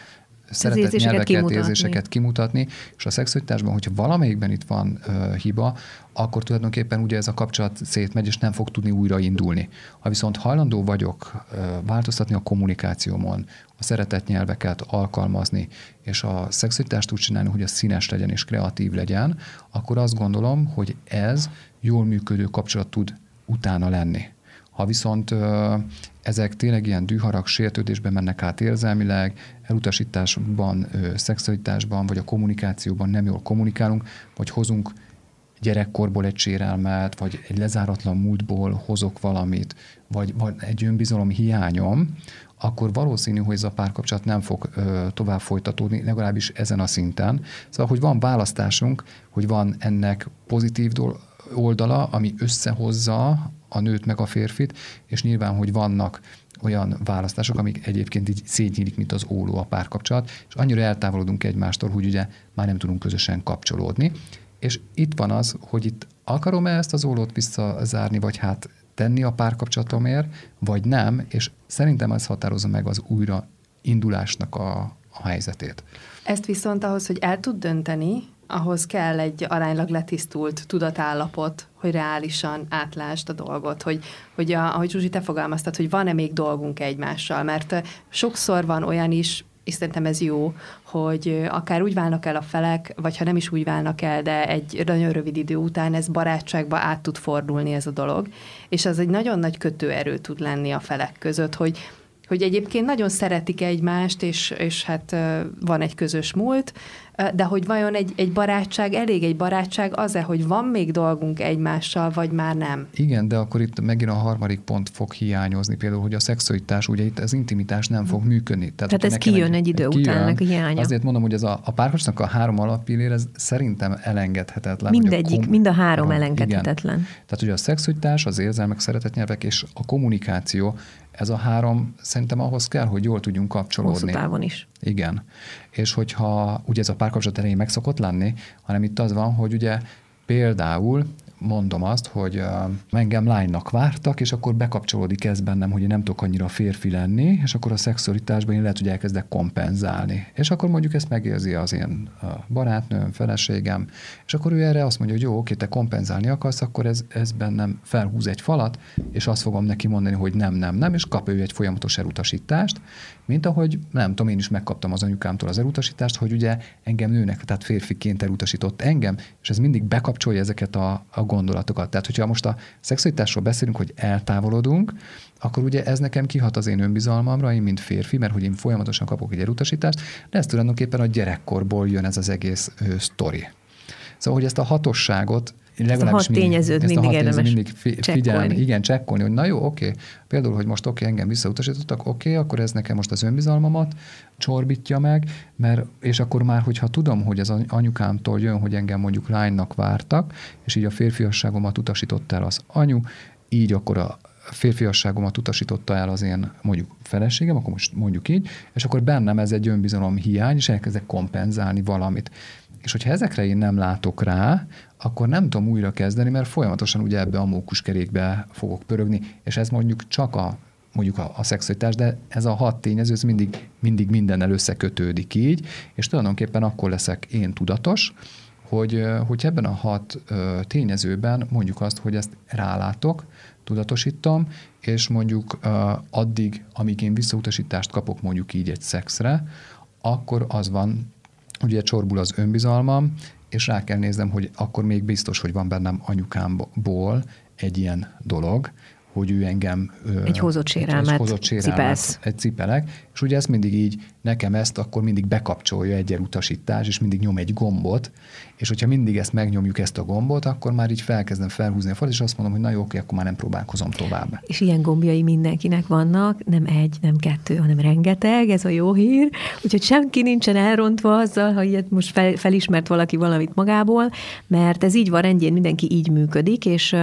szeretett nyelveket, kimutatni. érzéseket kimutatni, és a szexualitásban, hogyha valamelyikben itt van uh, hiba, akkor tulajdonképpen ugye ez a kapcsolat szétmegy, és nem fog tudni újraindulni. Ha viszont hajlandó vagyok uh, változtatni a kommunikációmon, a szeretett nyelveket alkalmazni, és a szexualitást úgy csinálni, hogy az színes legyen és kreatív legyen, akkor azt gondolom, hogy ez jól működő kapcsolat tud utána lenni. Ha viszont uh, ezek tényleg ilyen dühharag, sértődésben mennek át érzelmileg, elutasításban, uh, szexualitásban, vagy a kommunikációban nem jól kommunikálunk, vagy hozunk gyerekkorból egy sérelmet, vagy egy lezáratlan múltból hozok valamit, vagy, vagy egy önbizalom hiányom, akkor valószínű, hogy ez a párkapcsolat nem fog ö, tovább folytatódni, legalábbis ezen a szinten. Szóval, hogy van választásunk, hogy van ennek pozitív oldala, ami összehozza a nőt meg a férfit, és nyilván, hogy vannak olyan választások, amik egyébként így szétnyílik, mint az óló a párkapcsolat, és annyira eltávolodunk egymástól, hogy ugye már nem tudunk közösen kapcsolódni. És itt van az, hogy itt akarom-e ezt az ólót visszazárni, vagy hát tenni a párkapcsolatomért, vagy nem, és szerintem ez határozza meg az újraindulásnak a, a helyzetét. Ezt viszont ahhoz, hogy el tud dönteni, ahhoz kell egy aránylag letisztult tudatállapot, hogy reálisan átlásd a dolgot, hogy, hogy a, ahogy Zsuzsi, te fogalmaztad, hogy van-e még dolgunk egymással, mert sokszor van olyan is, és szerintem ez jó, hogy akár úgy válnak el a felek, vagy ha nem is úgy válnak el, de egy nagyon rövid idő után ez barátságba át tud fordulni ez a dolog, és az egy nagyon nagy kötőerő tud lenni a felek között, hogy, hogy egyébként nagyon szeretik egymást, és, és hát van egy közös múlt, de hogy vajon egy, egy barátság, elég egy barátság az-e, hogy van még dolgunk egymással, vagy már nem? Igen, de akkor itt megint a harmadik pont fog hiányozni, például, hogy a szexualitás, ugye itt az intimitás nem fog működni. Tehát, Tehát ez kijön egy, egy idő kijön, után, ennek a hiánya. Azért mondom, hogy ez a, a párkapcsolatnak a három alapillér, ez szerintem elengedhetetlen. Mindegyik, kom- mind a három a, elengedhetetlen. Igen. Tehát ugye a szexualitás, az érzelmek, szeretett nyelvek és a kommunikáció, ez a három szerintem ahhoz kell, hogy jól tudjunk kapcsolódni. Hosszú távon is. Igen. És hogyha ugye ez a párkapcsolat elején meg szokott lenni, hanem itt az van, hogy ugye például mondom azt, hogy uh, engem lánynak vártak, és akkor bekapcsolódik ez bennem, hogy én nem tudok annyira férfi lenni, és akkor a szexualitásban én lehet, hogy elkezdek kompenzálni. És akkor mondjuk ezt megérzi az én uh, barátnőm, feleségem, és akkor ő erre azt mondja, hogy jó, oké, te kompenzálni akarsz, akkor ez, ez bennem felhúz egy falat, és azt fogom neki mondani, hogy nem, nem, nem, és kap ő egy folyamatos elutasítást, mint ahogy, nem tudom, én is megkaptam az anyukámtól az elutasítást, hogy ugye engem nőnek, tehát férfiként elutasított engem, és ez mindig bekapcsolja ezeket a, a gondolatokat. Tehát, hogyha most a szexualitásról beszélünk, hogy eltávolodunk, akkor ugye ez nekem kihat az én önbizalmamra, én mint férfi, mert hogy én folyamatosan kapok egy elutasítást, de ez tulajdonképpen a gyerekkorból jön ez az egész ő, sztori. Szóval, hogy ezt a hatosságot ezt a hat tényezőt mindig, mindig érdemes mindig fi- figyelni, igen, csekkolni, hogy na jó, oké, például, hogy most oké, engem visszautasítottak, oké, akkor ez nekem most az önbizalmamat csorbítja meg, mert, és akkor már, hogyha tudom, hogy az anyukámtól jön, hogy engem mondjuk lánynak vártak, és így a férfiasságomat utasította el az anyu, így akkor a férfiasságomat utasította el az én mondjuk feleségem, akkor most mondjuk így, és akkor bennem ez egy önbizalom hiány, és elkezdek kompenzálni valamit. És hogyha ezekre én nem látok rá, akkor nem tudom újra kezdeni, mert folyamatosan ugye ebbe a mókuskerékbe fogok pörögni, és ez mondjuk csak a, mondjuk a, a szexualitás, de ez a hat tényező, ez mindig, mindig mindennel összekötődik így, és tulajdonképpen akkor leszek én tudatos, hogy, hogy ebben a hat tényezőben mondjuk azt, hogy ezt rálátok, tudatosítom, és mondjuk addig, amíg én visszautasítást kapok mondjuk így egy szexre, akkor az van, ugye csorbul az önbizalmam, és rá kell néznem, hogy akkor még biztos, hogy van bennem anyukámból egy ilyen dolog, hogy ő engem... Egy hozott sérelmet, egy hozott sérelmet cipelsz. Egy cipelek, és ugye ezt mindig így, nekem ezt akkor mindig bekapcsolja egy elutasítás, és mindig nyom egy gombot, és hogyha mindig ezt megnyomjuk, ezt a gombot, akkor már így felkezdem felhúzni a falat, és azt mondom, hogy na jó, oké, akkor már nem próbálkozom tovább. És ilyen gombjai mindenkinek vannak, nem egy, nem kettő, hanem rengeteg, ez a jó hír, úgyhogy senki nincsen elrontva azzal, ha ilyet most fel, felismert valaki valamit magából, mert ez így van rendjén, mindenki így működik, és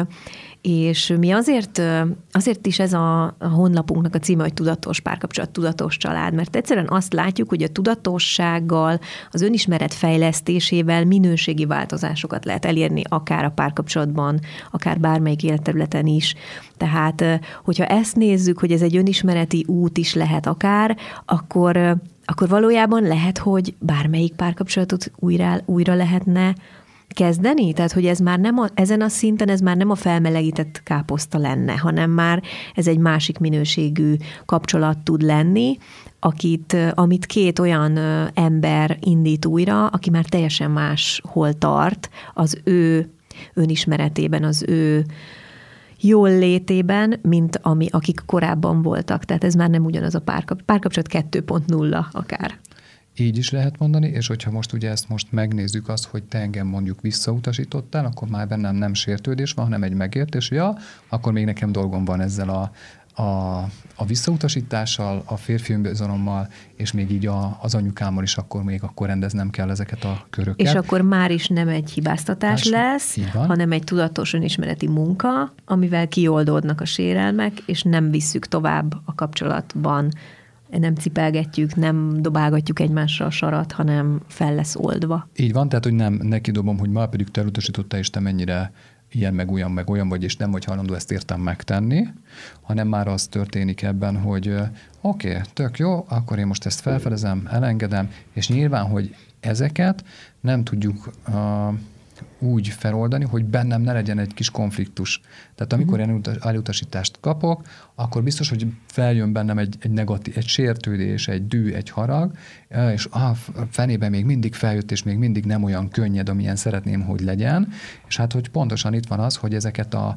És mi azért, azért is ez a, a honlapunknak a címe, hogy tudatos párkapcsolat, tudatos család, mert egyszerűen azt látjuk, hogy a tudatossággal, az önismeret fejlesztésével minőségi változásokat lehet elérni, akár a párkapcsolatban, akár bármelyik életterületen is. Tehát, hogyha ezt nézzük, hogy ez egy önismereti út is lehet akár, akkor akkor valójában lehet, hogy bármelyik párkapcsolatot újra, újra lehetne kezdeni? Tehát, hogy ez már nem a, ezen a szinten ez már nem a felmelegített káposzta lenne, hanem már ez egy másik minőségű kapcsolat tud lenni, akit, amit két olyan ember indít újra, aki már teljesen máshol tart az ő önismeretében, az ő jól létében, mint ami, akik korábban voltak. Tehát ez már nem ugyanaz a párkap, párkapcsolat kettő pont nulla akár. Így is lehet mondani, és hogyha most ugye ezt most megnézzük azt, hogy te engem mondjuk visszautasítottál, akkor már bennem nem sértődés van, hanem egy megértés, ja, akkor még nekem dolgom van ezzel a, a, a visszautasítással, a férfi önbizalommal, és még így a, az anyukámmal is akkor még akkor rendeznem kell ezeket a köröket. És akkor már is nem egy hibáztatás lesz, hanem egy tudatos önismereti munka, amivel kioldódnak a sérelmek, és nem visszük tovább a kapcsolatban, nem cipelgetjük, nem dobálgatjuk egymásra a sarat, hanem fel lesz oldva. Így van, tehát hogy nem neki dobom, hogy már pedig te elutasítottál, és te mennyire ilyen, meg olyan, meg olyan vagy, és nem vagy hajlandó ezt értem megtenni, hanem már az történik ebben, hogy oké, okay, tök jó, akkor én most ezt felfedezem, elengedem, és nyilván, hogy ezeket nem tudjuk uh, úgy feloldani, hogy bennem ne legyen egy kis konfliktus. Tehát amikor uh-huh. elutasítást kapok, akkor biztos, hogy feljön bennem egy, egy negatív, egy sértődés, egy dű, egy harag, és ah, fenében még mindig feljött, és még mindig nem olyan könnyed, amilyen szeretném, hogy legyen. És hát, hogy pontosan itt van az, hogy ezeket a,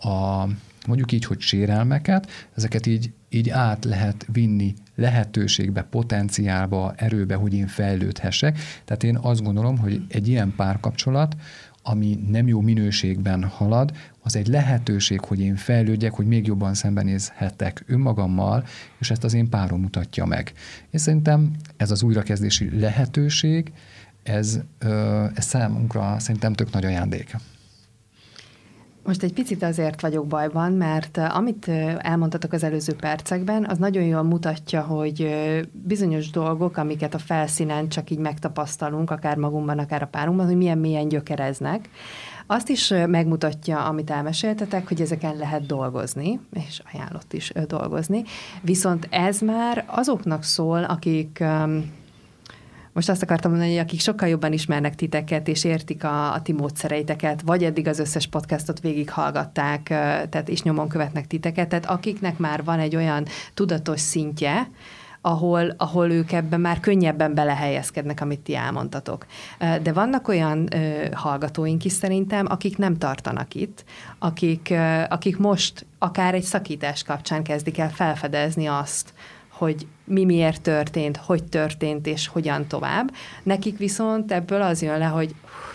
a mondjuk így, hogy sérelmeket, ezeket így, így át lehet vinni lehetőségbe, potenciálba, erőbe, hogy én fejlődhessek. Tehát én azt gondolom, hogy egy ilyen párkapcsolat, ami nem jó minőségben halad, az egy lehetőség, hogy én fejlődjek, hogy még jobban szembenézhetek önmagammal, és ezt az én párom mutatja meg. És szerintem ez az újrakezdési lehetőség, ez, ez számunkra szerintem tök nagy ajándék. Most egy picit azért vagyok bajban, mert amit elmondtatok az előző percekben, az nagyon jól mutatja, hogy bizonyos dolgok, amiket a felszínen csak így megtapasztalunk, akár magunkban, akár a párunkban, hogy milyen mélyen gyökereznek. Azt is megmutatja, amit elmeséltetek, hogy ezeken lehet dolgozni, és ajánlott is dolgozni. Viszont ez már azoknak szól, akik... Most azt akartam mondani, hogy akik sokkal jobban ismernek titeket, és értik a, a ti módszereiteket, vagy eddig az összes podcastot végighallgatták, tehát és nyomon követnek titeket, tehát akiknek már van egy olyan tudatos szintje, ahol, ahol ők ebben már könnyebben belehelyezkednek, amit ti elmondtatok. De vannak olyan ö, hallgatóink is szerintem, akik nem tartanak itt, akik, ö, akik most akár egy szakítás kapcsán kezdik el felfedezni azt, hogy mi miért történt, hogy történt, és hogyan tovább. Nekik viszont ebből az jön le, hogy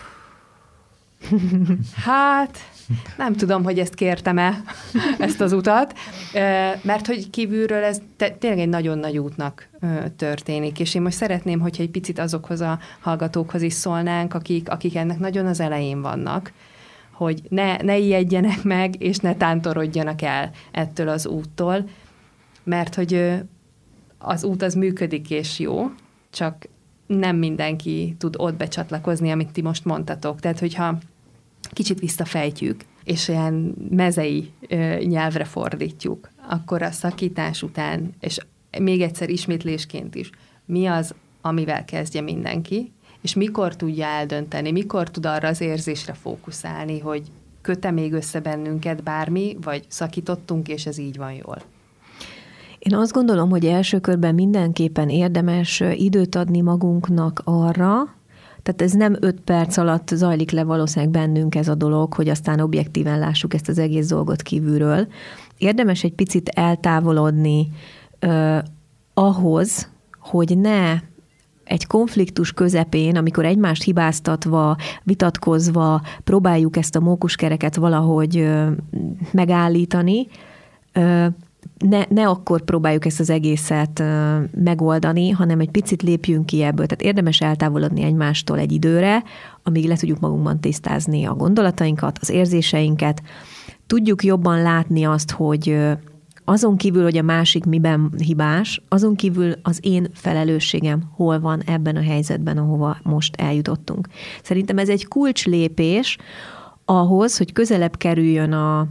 hát nem tudom, hogy ezt kértem-e, ezt az utat, mert hogy kívülről ez tényleg egy nagyon nagy útnak történik, és én most szeretném, hogyha egy picit azokhoz a hallgatókhoz is szólnánk, akik, akik ennek nagyon az elején vannak, hogy ne, ne ijedjenek meg, és ne tántorodjanak el ettől az úttól, mert hogy az út az működik és jó, csak nem mindenki tud ott becsatlakozni, amit ti most mondtatok. Tehát, hogyha kicsit visszafejtjük, és ilyen mezei ö, nyelvre fordítjuk, akkor a szakítás után, és még egyszer ismétlésként is, mi az, amivel kezdje mindenki, és mikor tudja eldönteni, mikor tud arra az érzésre fókuszálni, hogy köt-e még össze bennünket bármi, vagy szakítottunk, és ez így van jól. Én azt gondolom, hogy első körben mindenképpen érdemes időt adni magunknak arra, tehát ez nem öt perc alatt zajlik le valószínűleg bennünk ez a dolog, hogy aztán objektíven lássuk ezt az egész dolgot kívülről. Érdemes egy picit eltávolodni eh, ahhoz, hogy ne egy konfliktus közepén, amikor egymást hibáztatva, vitatkozva próbáljuk ezt a mókuskereket valahogy eh, megállítani, eh, Ne, ne akkor próbáljuk ezt az egészet uh, megoldani, hanem egy picit lépjünk ki ebből. Tehát érdemes eltávolodni egymástól egy időre, amíg le tudjuk magunkban tisztázni a gondolatainkat, az érzéseinket. Tudjuk jobban látni azt, hogy uh, azon kívül, hogy a másik miben hibás, azon kívül az én felelősségem hol van ebben a helyzetben, ahova most eljutottunk. Szerintem ez egy kulcslépés ahhoz, hogy közelebb kerüljön a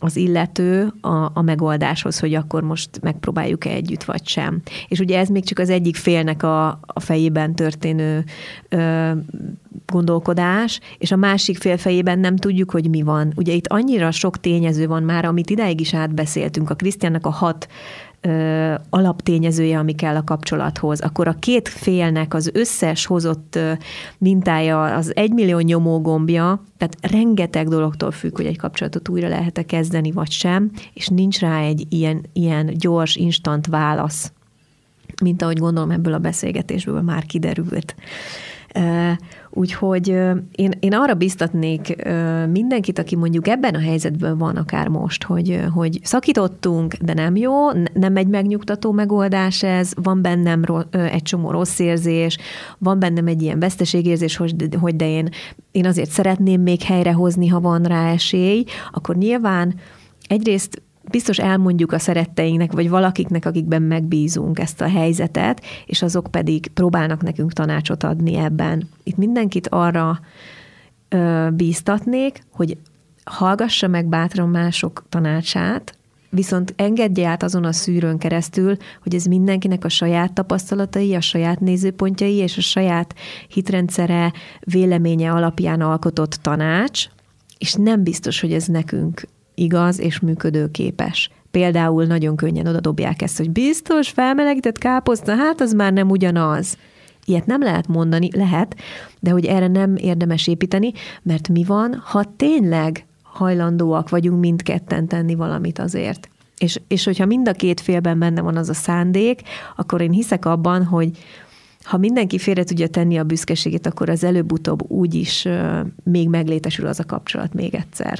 az illető a, a megoldáshoz, hogy akkor most megpróbáljuk-e együtt, vagy sem. És ugye ez még csak az egyik félnek a, a fejében történő ö, gondolkodás, és a másik fél fejében nem tudjuk, hogy mi van. Ugye itt annyira sok tényező van már, amit idáig is átbeszéltünk, a Krisztiánnak a hat ö, alaptényezője, ami kell a kapcsolathoz. Akkor a két félnek az összes hozott ö, mintája, az egymillió nyomógombja, tehát rengeteg dologtól függ, hogy egy kapcsolatot újra lehet-e kezdeni, vagy sem, és nincs rá egy ilyen, ilyen gyors, instant válasz, mint ahogy gondolom ebből a beszélgetésből már kiderült. Úgyhogy én, én arra biztatnék mindenkit, aki mondjuk ebben a helyzetben van akár most, hogy, hogy szakítottunk, de nem jó, nem egy megnyugtató megoldás ez, van bennem egy csomó rossz érzés, van bennem egy ilyen veszteségérzés, hogy, hogy de én, én azért szeretném még helyrehozni, ha van rá esély, akkor nyilván egyrészt biztos elmondjuk a szeretteinknek, vagy valakiknek, akikben megbízunk ezt a helyzetet, és azok pedig próbálnak nekünk tanácsot adni ebben. Itt mindenkit arra ö, bíztatnék, hogy hallgassa meg bátran mások tanácsát, viszont engedje át azon a szűrőn keresztül, hogy ez mindenkinek a saját tapasztalatai, a saját nézőpontjai és a saját hitrendszere, véleménye alapján alkotott tanács, és nem biztos, hogy ez nekünk igaz és működőképes. Például nagyon könnyen odadobják ezt, hogy biztos felmelegített káposzta, hát az már nem ugyanaz. Ilyet nem lehet mondani, lehet, de hogy erre nem érdemes építeni, mert mi van, ha tényleg hajlandóak vagyunk mindketten tenni valamit azért. És, és hogyha mind a két félben benne van az a szándék, akkor én hiszek abban, hogy ha mindenki félre tudja tenni a büszkeségét, akkor az előbb-utóbb úgyis még meglétesül az a kapcsolat még egyszer.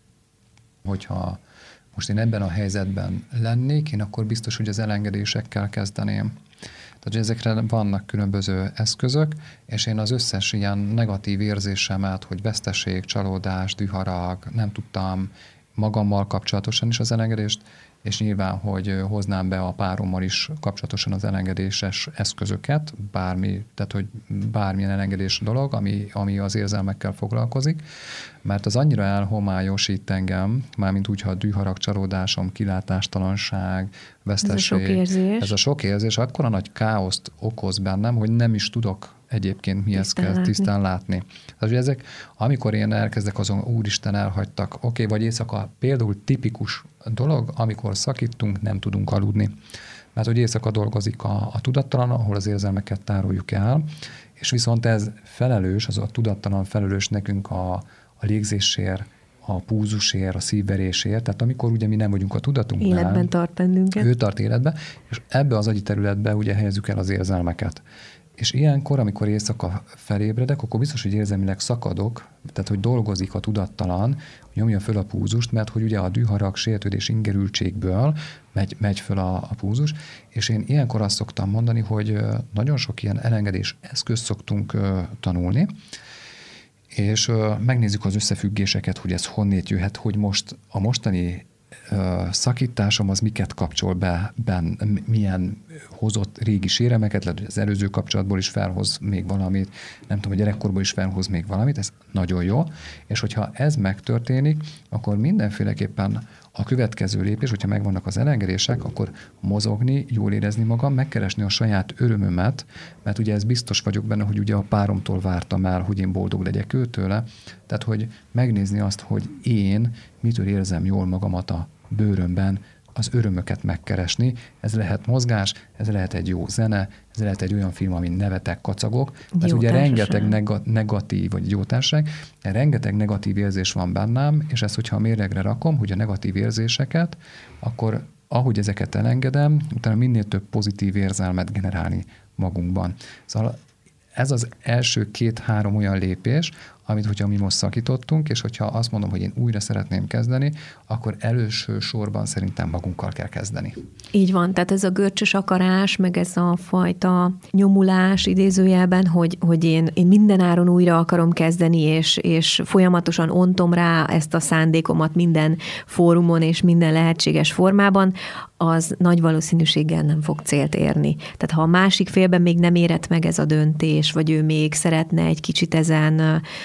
Hogyha most én ebben a helyzetben lennék, én akkor biztos, hogy az elengedésekkel kezdeném. Tehát ezekre vannak különböző eszközök, és én az összes ilyen negatív érzésemet, hogy veszteség, csalódás, düharag, nem tudtam magammal kapcsolatosan is az elengedést, és nyilván, hogy hoznám be a párommal is kapcsolatosan az elengedéses eszközöket, bármi, tehát hogy bármilyen elengedés dolog, ami, ami az érzelmekkel foglalkozik, mert az annyira elhomályosít engem, mármint úgy, ha düharag, csalódásom, kilátástalanság, veszteség. Ez a sok érzés. Ez a sok érzés akkora nagy káoszt okoz bennem, hogy nem is tudok egyébként mihez kell tisztán látni. Tehát, hogy ezek, amikor én elkezdek azon, úristen, elhagytak, oké, okay, vagy éjszaka például tipikus dolog, amikor szakítunk, nem tudunk aludni. Mert hogy éjszaka dolgozik a, a tudattalan, ahol az érzelmeket tároljuk el, és viszont ez felelős, az a tudattalan felelős nekünk a, a légzésért, a púzusért, a szívverésért, tehát amikor ugye mi nem vagyunk a tudatunknál. Életben tart bennünket. Ő tart életben, és ebbe az agyi területbe ugye helyezzük el az érzelmeket. És ilyenkor, amikor éjszaka felébredek, akkor biztos, hogy érzelmileg szakadok, tehát hogy dolgozik a tudattalan, nyomja föl a púzust, mert hogy ugye a düharag, sértődés, ingerültségből megy, megy föl a, a púzus, és én ilyenkor azt szoktam mondani, hogy nagyon sok ilyen elengedés eszközt szoktunk tanulni, és megnézzük az összefüggéseket, hogy ez honnét jöhet, hogy most a mostani szakításom az miket kapcsol be, ben, milyen hozott régi sérelmeket, lehet, hogy az előző kapcsolatból is felhoz még valamit, nem tudom, a gyerekkorból is felhoz még valamit, ez nagyon jó, és hogyha ez megtörténik, akkor mindenféleképpen a következő lépés, hogyha megvannak az elengedések, akkor mozogni, jól érezni magam, megkeresni a saját örömömet, mert ugye ez biztos vagyok benne, hogy ugye a páromtól vártam el, hogy én boldog legyek őtőle, tehát hogy megnézni azt, hogy én mitől érzem jól magamat a bőrömben, az örömöket megkeresni. Ez lehet mozgás, ez lehet egy jó zene, ez lehet egy olyan film, amin nevetek, kacagok. Ez ugye rengeteg neg- negatív, vagy jó társaság, rengeteg negatív érzés van bennem, és ezt, hogyha a mérlegre rakom, hogy a negatív érzéseket, akkor ahogy ezeket elengedem, utána minél több pozitív érzelmet generálni magunkban. Szóval ez az első két-három olyan lépés, amit, hogyha mi most szakítottunk, és hogyha azt mondom, hogy én újra szeretném kezdeni, akkor előső sorban szerintem magunkkal kell kezdeni. Így van, tehát ez a görcsös akarás, meg ez a fajta nyomulás idézőjelben, hogy, hogy én, én minden áron újra akarom kezdeni, és, és folyamatosan ontom rá ezt a szándékomat minden fórumon és minden lehetséges formában, az nagy valószínűséggel nem fog célt érni. Tehát ha a másik félben még nem érett meg ez a döntés, vagy ő még szeretne egy kicsit ezen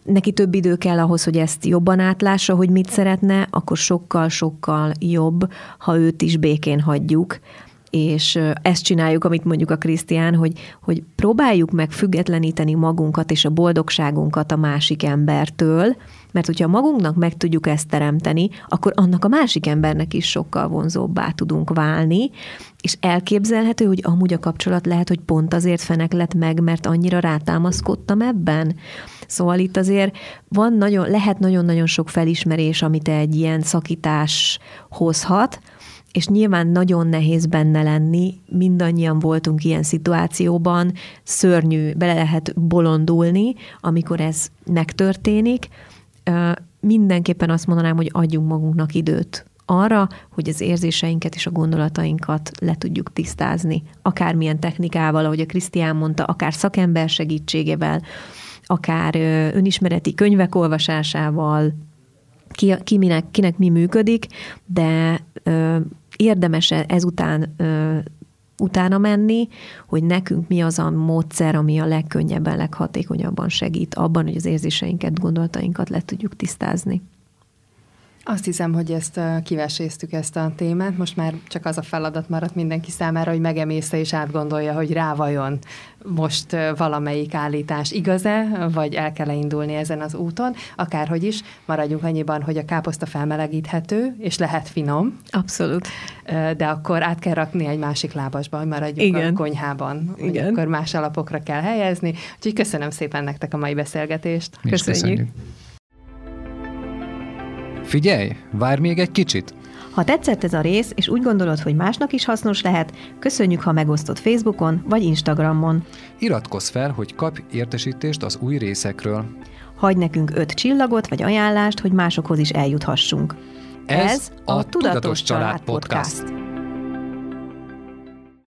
neki több idő kell ahhoz, hogy ezt jobban átlássa, hogy mit szeretne, akkor sokkal-sokkal jobb, ha őt is békén hagyjuk, és ezt csináljuk, amit mondjuk a Krisztián, hogy, hogy próbáljuk meg függetleníteni magunkat és a boldogságunkat a másik embertől, mert hogyha magunknak meg tudjuk ezt teremteni, akkor annak a másik embernek is sokkal vonzóbbá tudunk válni, és elképzelhető, hogy amúgy a kapcsolat lehet, hogy pont azért feneklett meg, mert annyira rátámaszkodtam ebben. Szóval itt azért van nagyon, lehet nagyon-nagyon sok felismerés, amit egy ilyen szakítás hozhat, és nyilván nagyon nehéz benne lenni, mindannyian voltunk ilyen szituációban, szörnyű, bele lehet bolondulni, amikor ez megtörténik. Mindenképpen azt mondanám, hogy adjunk magunknak időt arra, hogy az érzéseinket és a gondolatainkat le tudjuk tisztázni. Akármilyen technikával, ahogy a Krisztián mondta, akár szakember segítségével, akár önismereti könyvek olvasásával, ki, ki minek, kinek mi működik, de ö, érdemes ezután ö, utána menni, hogy nekünk mi az a módszer, ami a legkönnyebben, leghatékonyabban segít abban, hogy az érzéseinket, gondolatainkat le tudjuk tisztázni. Azt hiszem, hogy ezt kiveséztük, ezt a témát. Most már csak az a feladat maradt mindenki számára, hogy megemészte és átgondolja, hogy rá vajon most valamelyik állítás igaz-e, vagy el kell indulni ezen az úton. Akárhogy is, maradjunk annyiban, hogy a káposzta felmelegíthető, és lehet finom. Abszolút. De akkor át kell rakni egy másik lábasba, hogy maradjunk Igen. a konyhában. Igen. Akkor más alapokra kell helyezni. Úgyhogy köszönöm szépen nektek a mai beszélgetést. Mi köszönjük. köszönjük. Figyelj, várj még egy kicsit! Ha tetszett ez a rész, és úgy gondolod, hogy másnak is hasznos lehet, köszönjük, ha megosztod Facebookon vagy Instagramon. Iratkozz fel, hogy kapj értesítést az új részekről. Hagyj nekünk öt csillagot vagy ajánlást, hogy másokhoz is eljuthassunk. Ez, ez a Tudatos, Tudatos Család Podcast. Podcast.